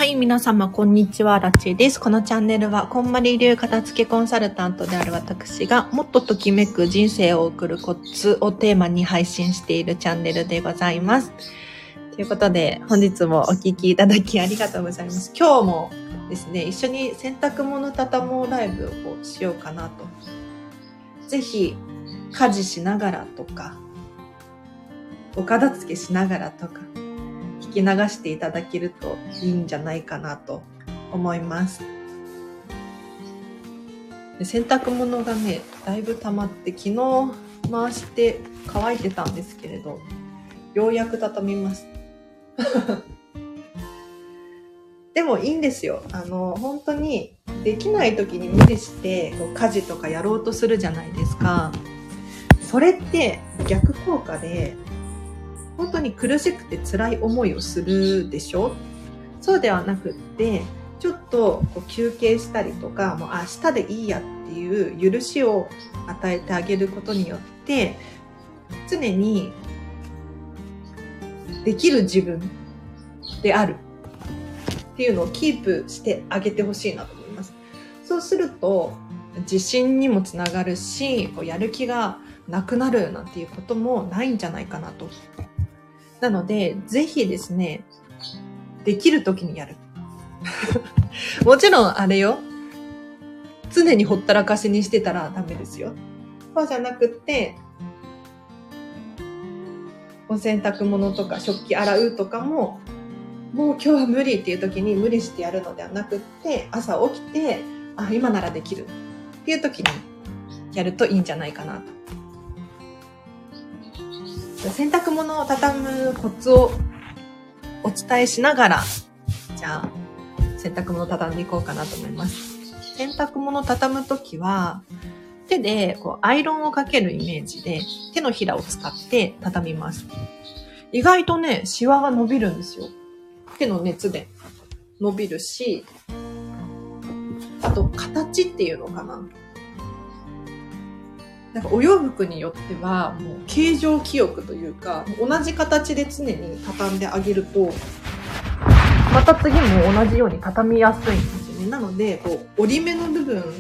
はい、皆様、こんにちは。ラチェです。このチャンネルは、こんまり流片付けコンサルタントである私が、もっとときめく人生を送るコツをテーマに配信しているチャンネルでございます。ということで、本日もお聞きいただきありがとうございます。今日もですね、一緒に洗濯物畳もうライブをしようかなと。ぜひ、家事しながらとか、お片付けしながらとか、聞き流していただけるといいんじゃないかなと思います。で、洗濯物がね、だいぶ溜まって昨日回して乾いてたんですけれど、ようやく畳みます。でもいいんですよ。本当にできない時に無理して家事とかやろうとするじゃないですか。それって逆効果で本当に苦しくて辛い思いをするでしょ。そうではなくって、ちょっと休憩したりとか、もう明日でいいやっていう許しを与えてあげることによって、常にできる自分であるっていうのをキープしてあげてほしいなと思います。そうすると自信にもつながるし、やる気がなくなるなんていうこともないんじゃないかなと。なので、ぜひですね、できる時にやる。もちろんあれよ。常にほったらかしにしてたらダメですよ。そうじゃなくって、お洗濯物とか食器洗うとかも、もう今日は無理っていう時に無理してやるのではなくって、朝起きて、今ならできるっていう時にやるといいんじゃないかなと。洗濯物を畳むコツをお伝えしながら、じゃあ洗濯物を畳んでいこうかなと思います。洗濯物を畳むときは、手でアイロンをかけるイメージで手のひらを使って畳みます。意外とね、シワが伸びるんですよ。手の熱で伸びるし、あと形っていうのかな。なんかお洋服によってはもう形状記憶というか、同じ形で常に畳んであげると、また次も同じように畳みやすいんですよね。なので折り目の部分なんて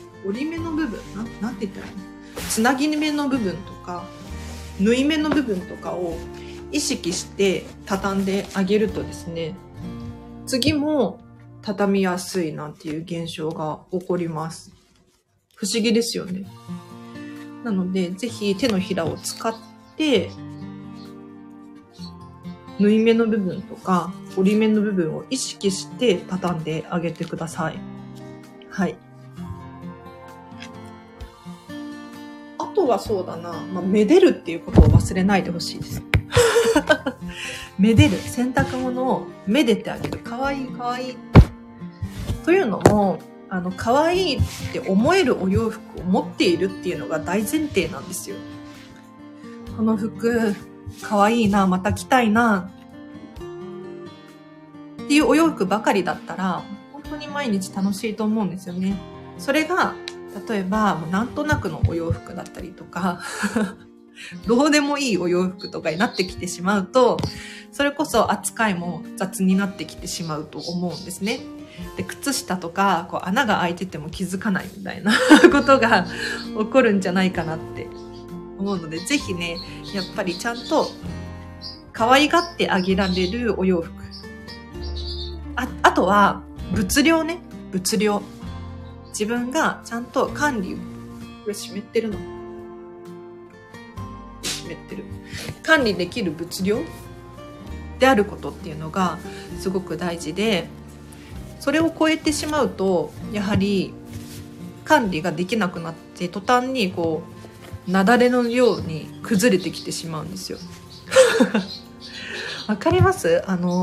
言ったらいいの、つなぎ目の部分とか縫い目の部分とかを意識して畳んであげるとですね、次も畳みやすいなんていう現象が起こります。不思議ですよね。なので、ぜひ手のひらを使って、縫い目の部分とか折り目の部分を意識して畳んであげてください。はい。あとはそうだな、めでるっていうことを忘れないでほしいです。めでる。洗濯物をめでてあげる。かわいいかわいい。というのも、可愛いって思えるお洋服を持っているっていうのが大前提なんですよ。この服、可愛いな、また着たいな、っていうお洋服ばかりだったら、本当に毎日楽しいと思うんですよね。それが、例えば、なんとなくのお洋服だったりとか、どうでもいいお洋服とかになってきてしまうと、それこそ扱いも雑になってきてしまうと思うんですね。で、靴下とか穴が開いてても気づかないみたいなことが起こるんじゃないかなって思うので、ぜひね、やっぱりちゃんと可愛がってあげられるお洋服。あとは物量ね、物量。自分がちゃんと管理、これ湿ってるの？湿ってる。管理できる物量であることっていうのがすごく大事で、それを超えてしまうと、やはり管理ができなくなって、途端に雪崩のように崩れてきてしまうんですよ。わかります？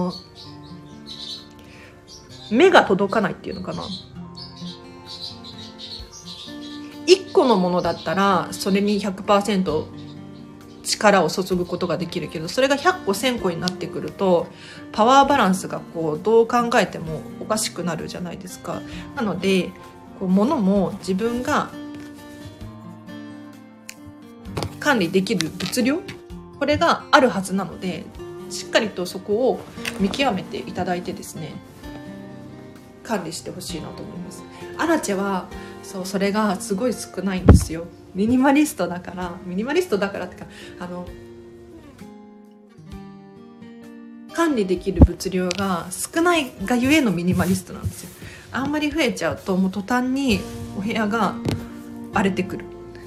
目が届かないっていうのかな。1個のものだったら、それに 100% 力を注ぐことができるけど、それが100個1000個になってくるとパワーバランスがどう考えてもおかしくなるじゃないですか。なので物も自分が管理できる物量、これがあるはずなので、しっかりとそこを見極めていただいてですね、 管理してほしいなと思います。アラチェはそれがすごい少ないんですよ。ミニマリストだからってか管理できる物量が少ないがゆえのミニマリストなんですよ。あんまり増えちゃうともう途端にお部屋が荒れてくる。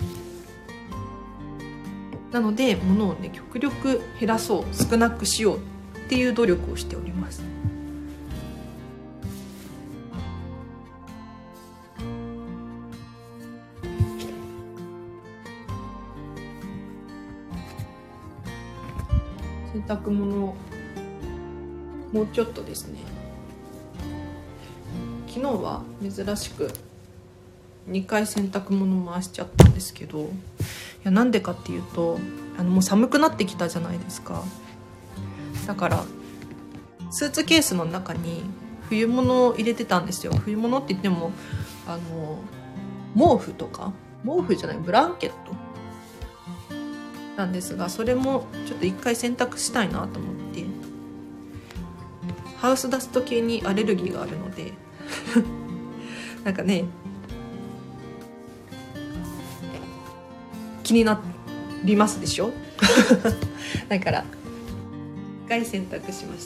なので物をね極力減らそう、少なくしようっていう努力をしております。洗濯物もうちょっとですね、昨日は珍しく2回洗濯物回しちゃったんですけど、いやなんでかっていうともう寒くなってきたじゃないですか。だからスーツケースの中に冬物を入れてたんですよ。冬物って言っても毛布とか、毛布じゃないブランケットなんですが、それもちょっと一回洗濯したいなと思って、ハウスダスト系にアレルギーがあるのでなんかね気になりますでしょだから一回洗濯しました。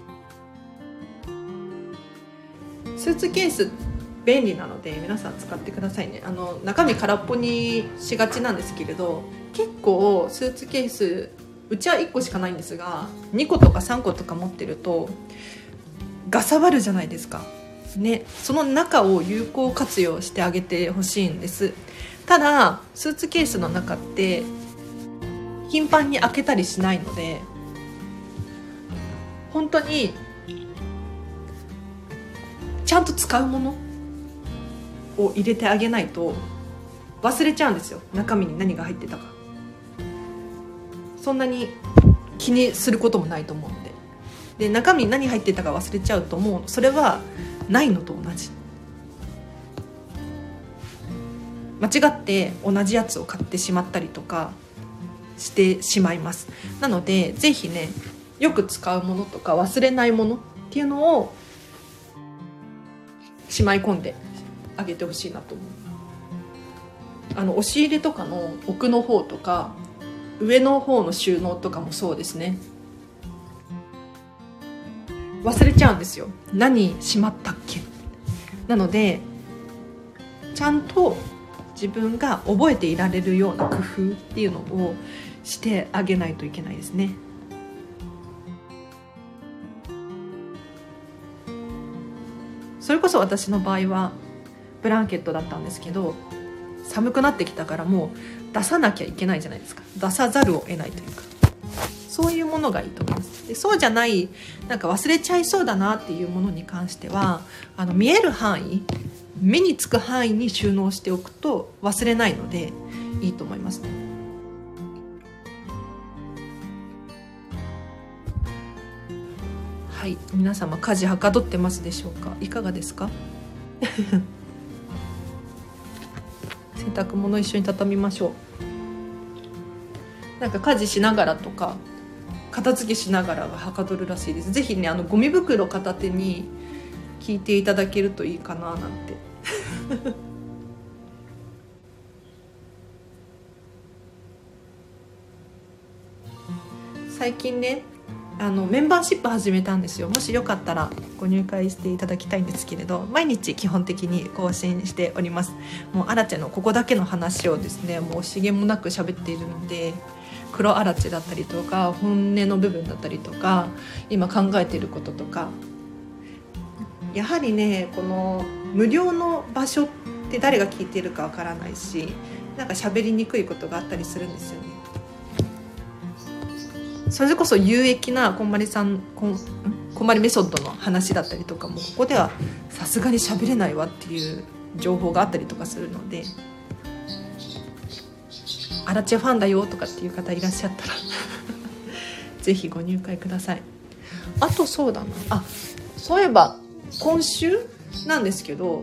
スーツケース便利なので皆さん使ってくださいね。中身空っぽにしがちなんですけれど、結構スーツケースうちは1個しかないんですが2個とか3個とか持ってるとがさばるじゃないですかね。その中を有効活用してあげてほしいんです。ただスーツケースの中って頻繁に開けたりしないので、本当にちゃんと使うものを入れてあげないと忘れちゃうんですよ、中身に何が入ってたか。そんなに気にすることもないと思うので、で中身に何入ってたか忘れちゃうともうそれはないのと同じ。間違って同じやつを買ってしまったりとかしてしまいます。なのでぜひね、よく使うものとか忘れないものっていうのをしまい込んであげてほしいなと思う。押し入れとかの奥の方とか上の方の収納とかもそうですね。忘れちゃうんですよ、何しまったっけ。なのでちゃんと自分が覚えていられるような工夫っていうのをしてあげないといけないですね。それこそ私の場合はブランケットだったんですけど、寒くなってきたからもう出さなきゃいけないじゃないですか。出さざるを得ないというか、そういうものがいいと思います。でそうじゃない、なんか忘れちゃいそうだなっていうものに関しては見える範囲、目につく範囲に収納しておくと忘れないのでいいと思いますね。はい、皆様家事はかどってますでしょうか。いかがですか洗濯物一緒に畳みましょう。なんか家事しながらとか片付けしながらがはかどるらしいです。ぜひねゴミ袋片手に聞いていただけるといいかななんて最近ねメンバーシップ始めたんですよ。もしよかったらご入会していただきたいんですけれど、毎日基本的に更新しております。もうアラチェのここだけの話をですね、もう惜しげもなく喋っているので、黒アラチェだったりとか本音の部分だったりとか今考えていることとか、やはりねこの無料の場所って誰が聞いているかわからないし、なんか喋りにくいことがあったりするんですよね。それこそ有益なこんまりメソッドの話だったりとかもここではさすがに喋れないわっていう情報があったりとかするので、アラチェファンだよとかっていう方いらっしゃったらぜひご入会ください。あとそうだな、そういえば今週なんですけど、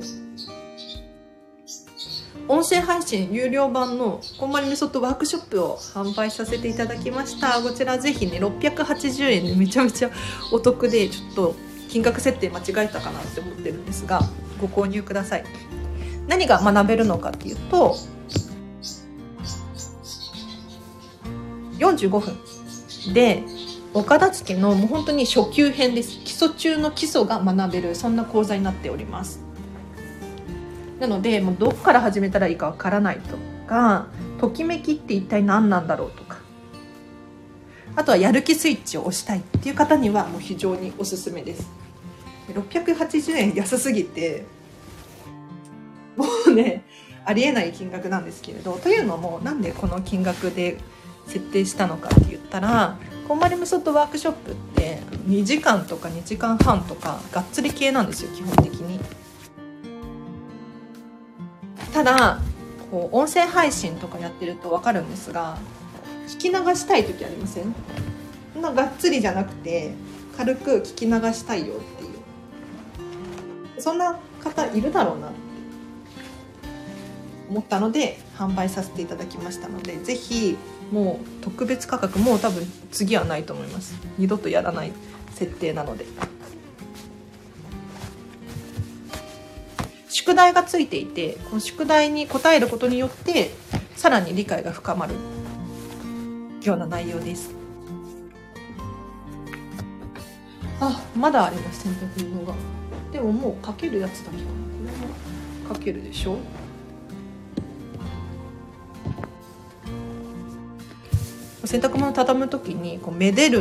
音声配信有料版のこんまりメソッドワークショップを販売させていただきました。こちらぜひね680円でめちゃめちゃお得で、ちょっと気金額設定間違えたかなって思ってるんですが、ご購入ください。何が学べるのかっていうと、45分でお片付けのもう本当に初級編です。基礎中の基礎が学べる、そんな講座になっております。なのでもうどこから始めたらいいかわからないとか、ときめきって一体何なんだろうとか、あとはやる気スイッチを押したいっていう方にはもう非常におすすめです。680円安すぎてもうねありえない金額なんですけれど、というのもなんでこの金額で設定したのかって言ったら、こんまりメソッドワークショップって2時間とか2時間半とかがっつり系なんですよ、基本的に。ただこう音声配信とかやってると分かるんですが、聞き流したい時ありません？そんながっつりじゃなくて軽く聞き流したいよっていう、そんな方いるだろうなって思ったので販売させていただきましたので、ぜひもう特別価格、もう多分次はないと思います。二度とやらない設定なので。宿題がついていて、この宿題に答えることによってさらに理解が深まるような内容です。あ、まだあります、洗濯物が。でももうかけるやつだけかな。これもかけるでしょ。洗濯物畳むときにこうめでる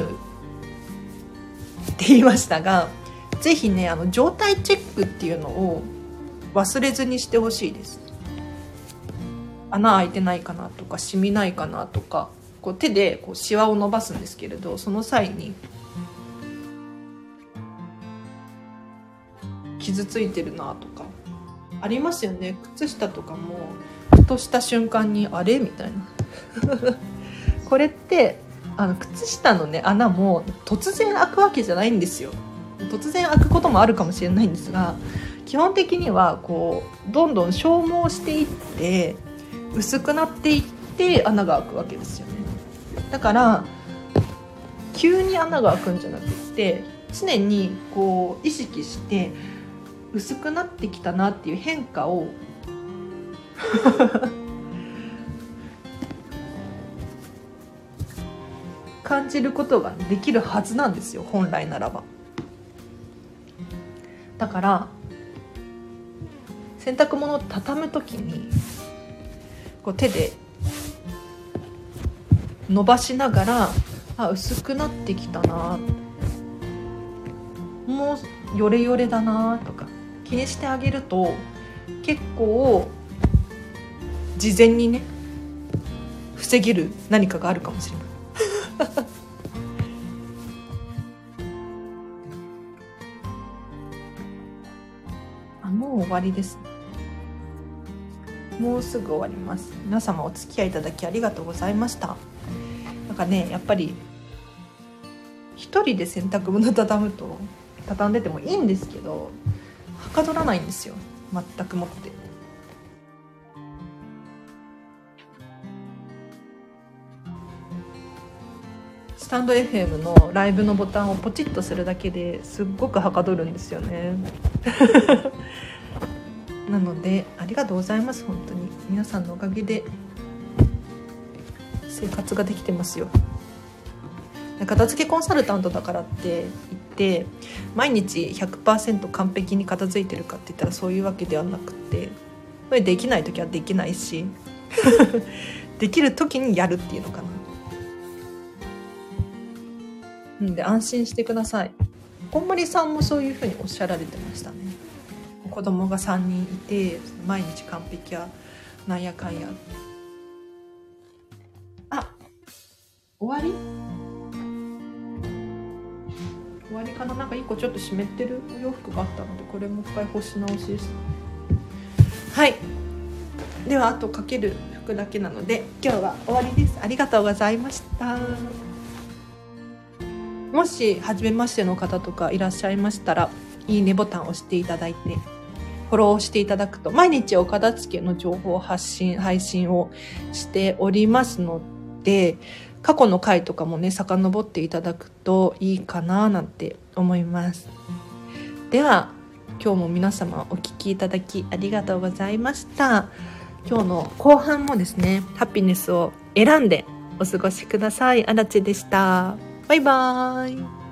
って言いましたが、ぜひね状態チェックっていうのを忘れずにしてほしいです。穴開いてないかなとか、シミないかなとか、こう手でこうシワを伸ばすんですけれど、その際に傷ついてるなとかありますよね。靴下とかもふとした瞬間にあれみたいなこれって靴下のね穴も突然開くわけじゃないんですよ。突然開くこともあるかもしれないんですが、基本的にはこうどんどん消耗していって薄くなっていって穴が開くわけですよね。だから急に穴が開くんじゃなくって常にこう意識して薄くなってきたなっていう変化を感じることができるはずなんですよ、本来ならば。だから洗濯物を畳むときにこう手で伸ばしながら、あ、薄くなってきたな、もうヨレヨレだなとか気にしてあげると、結構事前にね防げる何かがあるかもしれないあ、もう終わりです。もうすぐ終わります。皆様お付き合いいただきありがとうございました。なんかね、やっぱり一人で洗濯物畳んでてもいいんですけど、はかどらないんですよ、全くもって。スタンド FM のライブのボタンをポチッとするだけですっごくはかどるんですよねなのでありがとうございます。本当に皆さんのおかげで生活ができてますよ。片付けコンサルタントだからって言って毎日 100% 完璧に片付いてるかって言ったらそういうわけではなくて、これできない時はできないしできる時にやるっていうのかな。で安心してください。こんまりさんもそういうふうにおっしゃられてましたね。子供が3人いて毎日完璧やなんやかんや。あ、終わりかな。なんか1個ちょっと湿ってるお洋服があったので、これもう一回干し直しです。はい、ではあとかける服だけなので今日は終わりです。ありがとうございました。もし初めましての方とかいらっしゃいましたら、いいねボタンを押していただいてフォローしていただくと、毎日お片付けの情報配信をしておりますので、過去の回とかもね遡っていただくといいかななんて思います。 では今日も皆様お聞きいただきありがとうございました。今日の後半もですね、ハピネスを選んでお過ごしください。あらちでした。バイバーイ。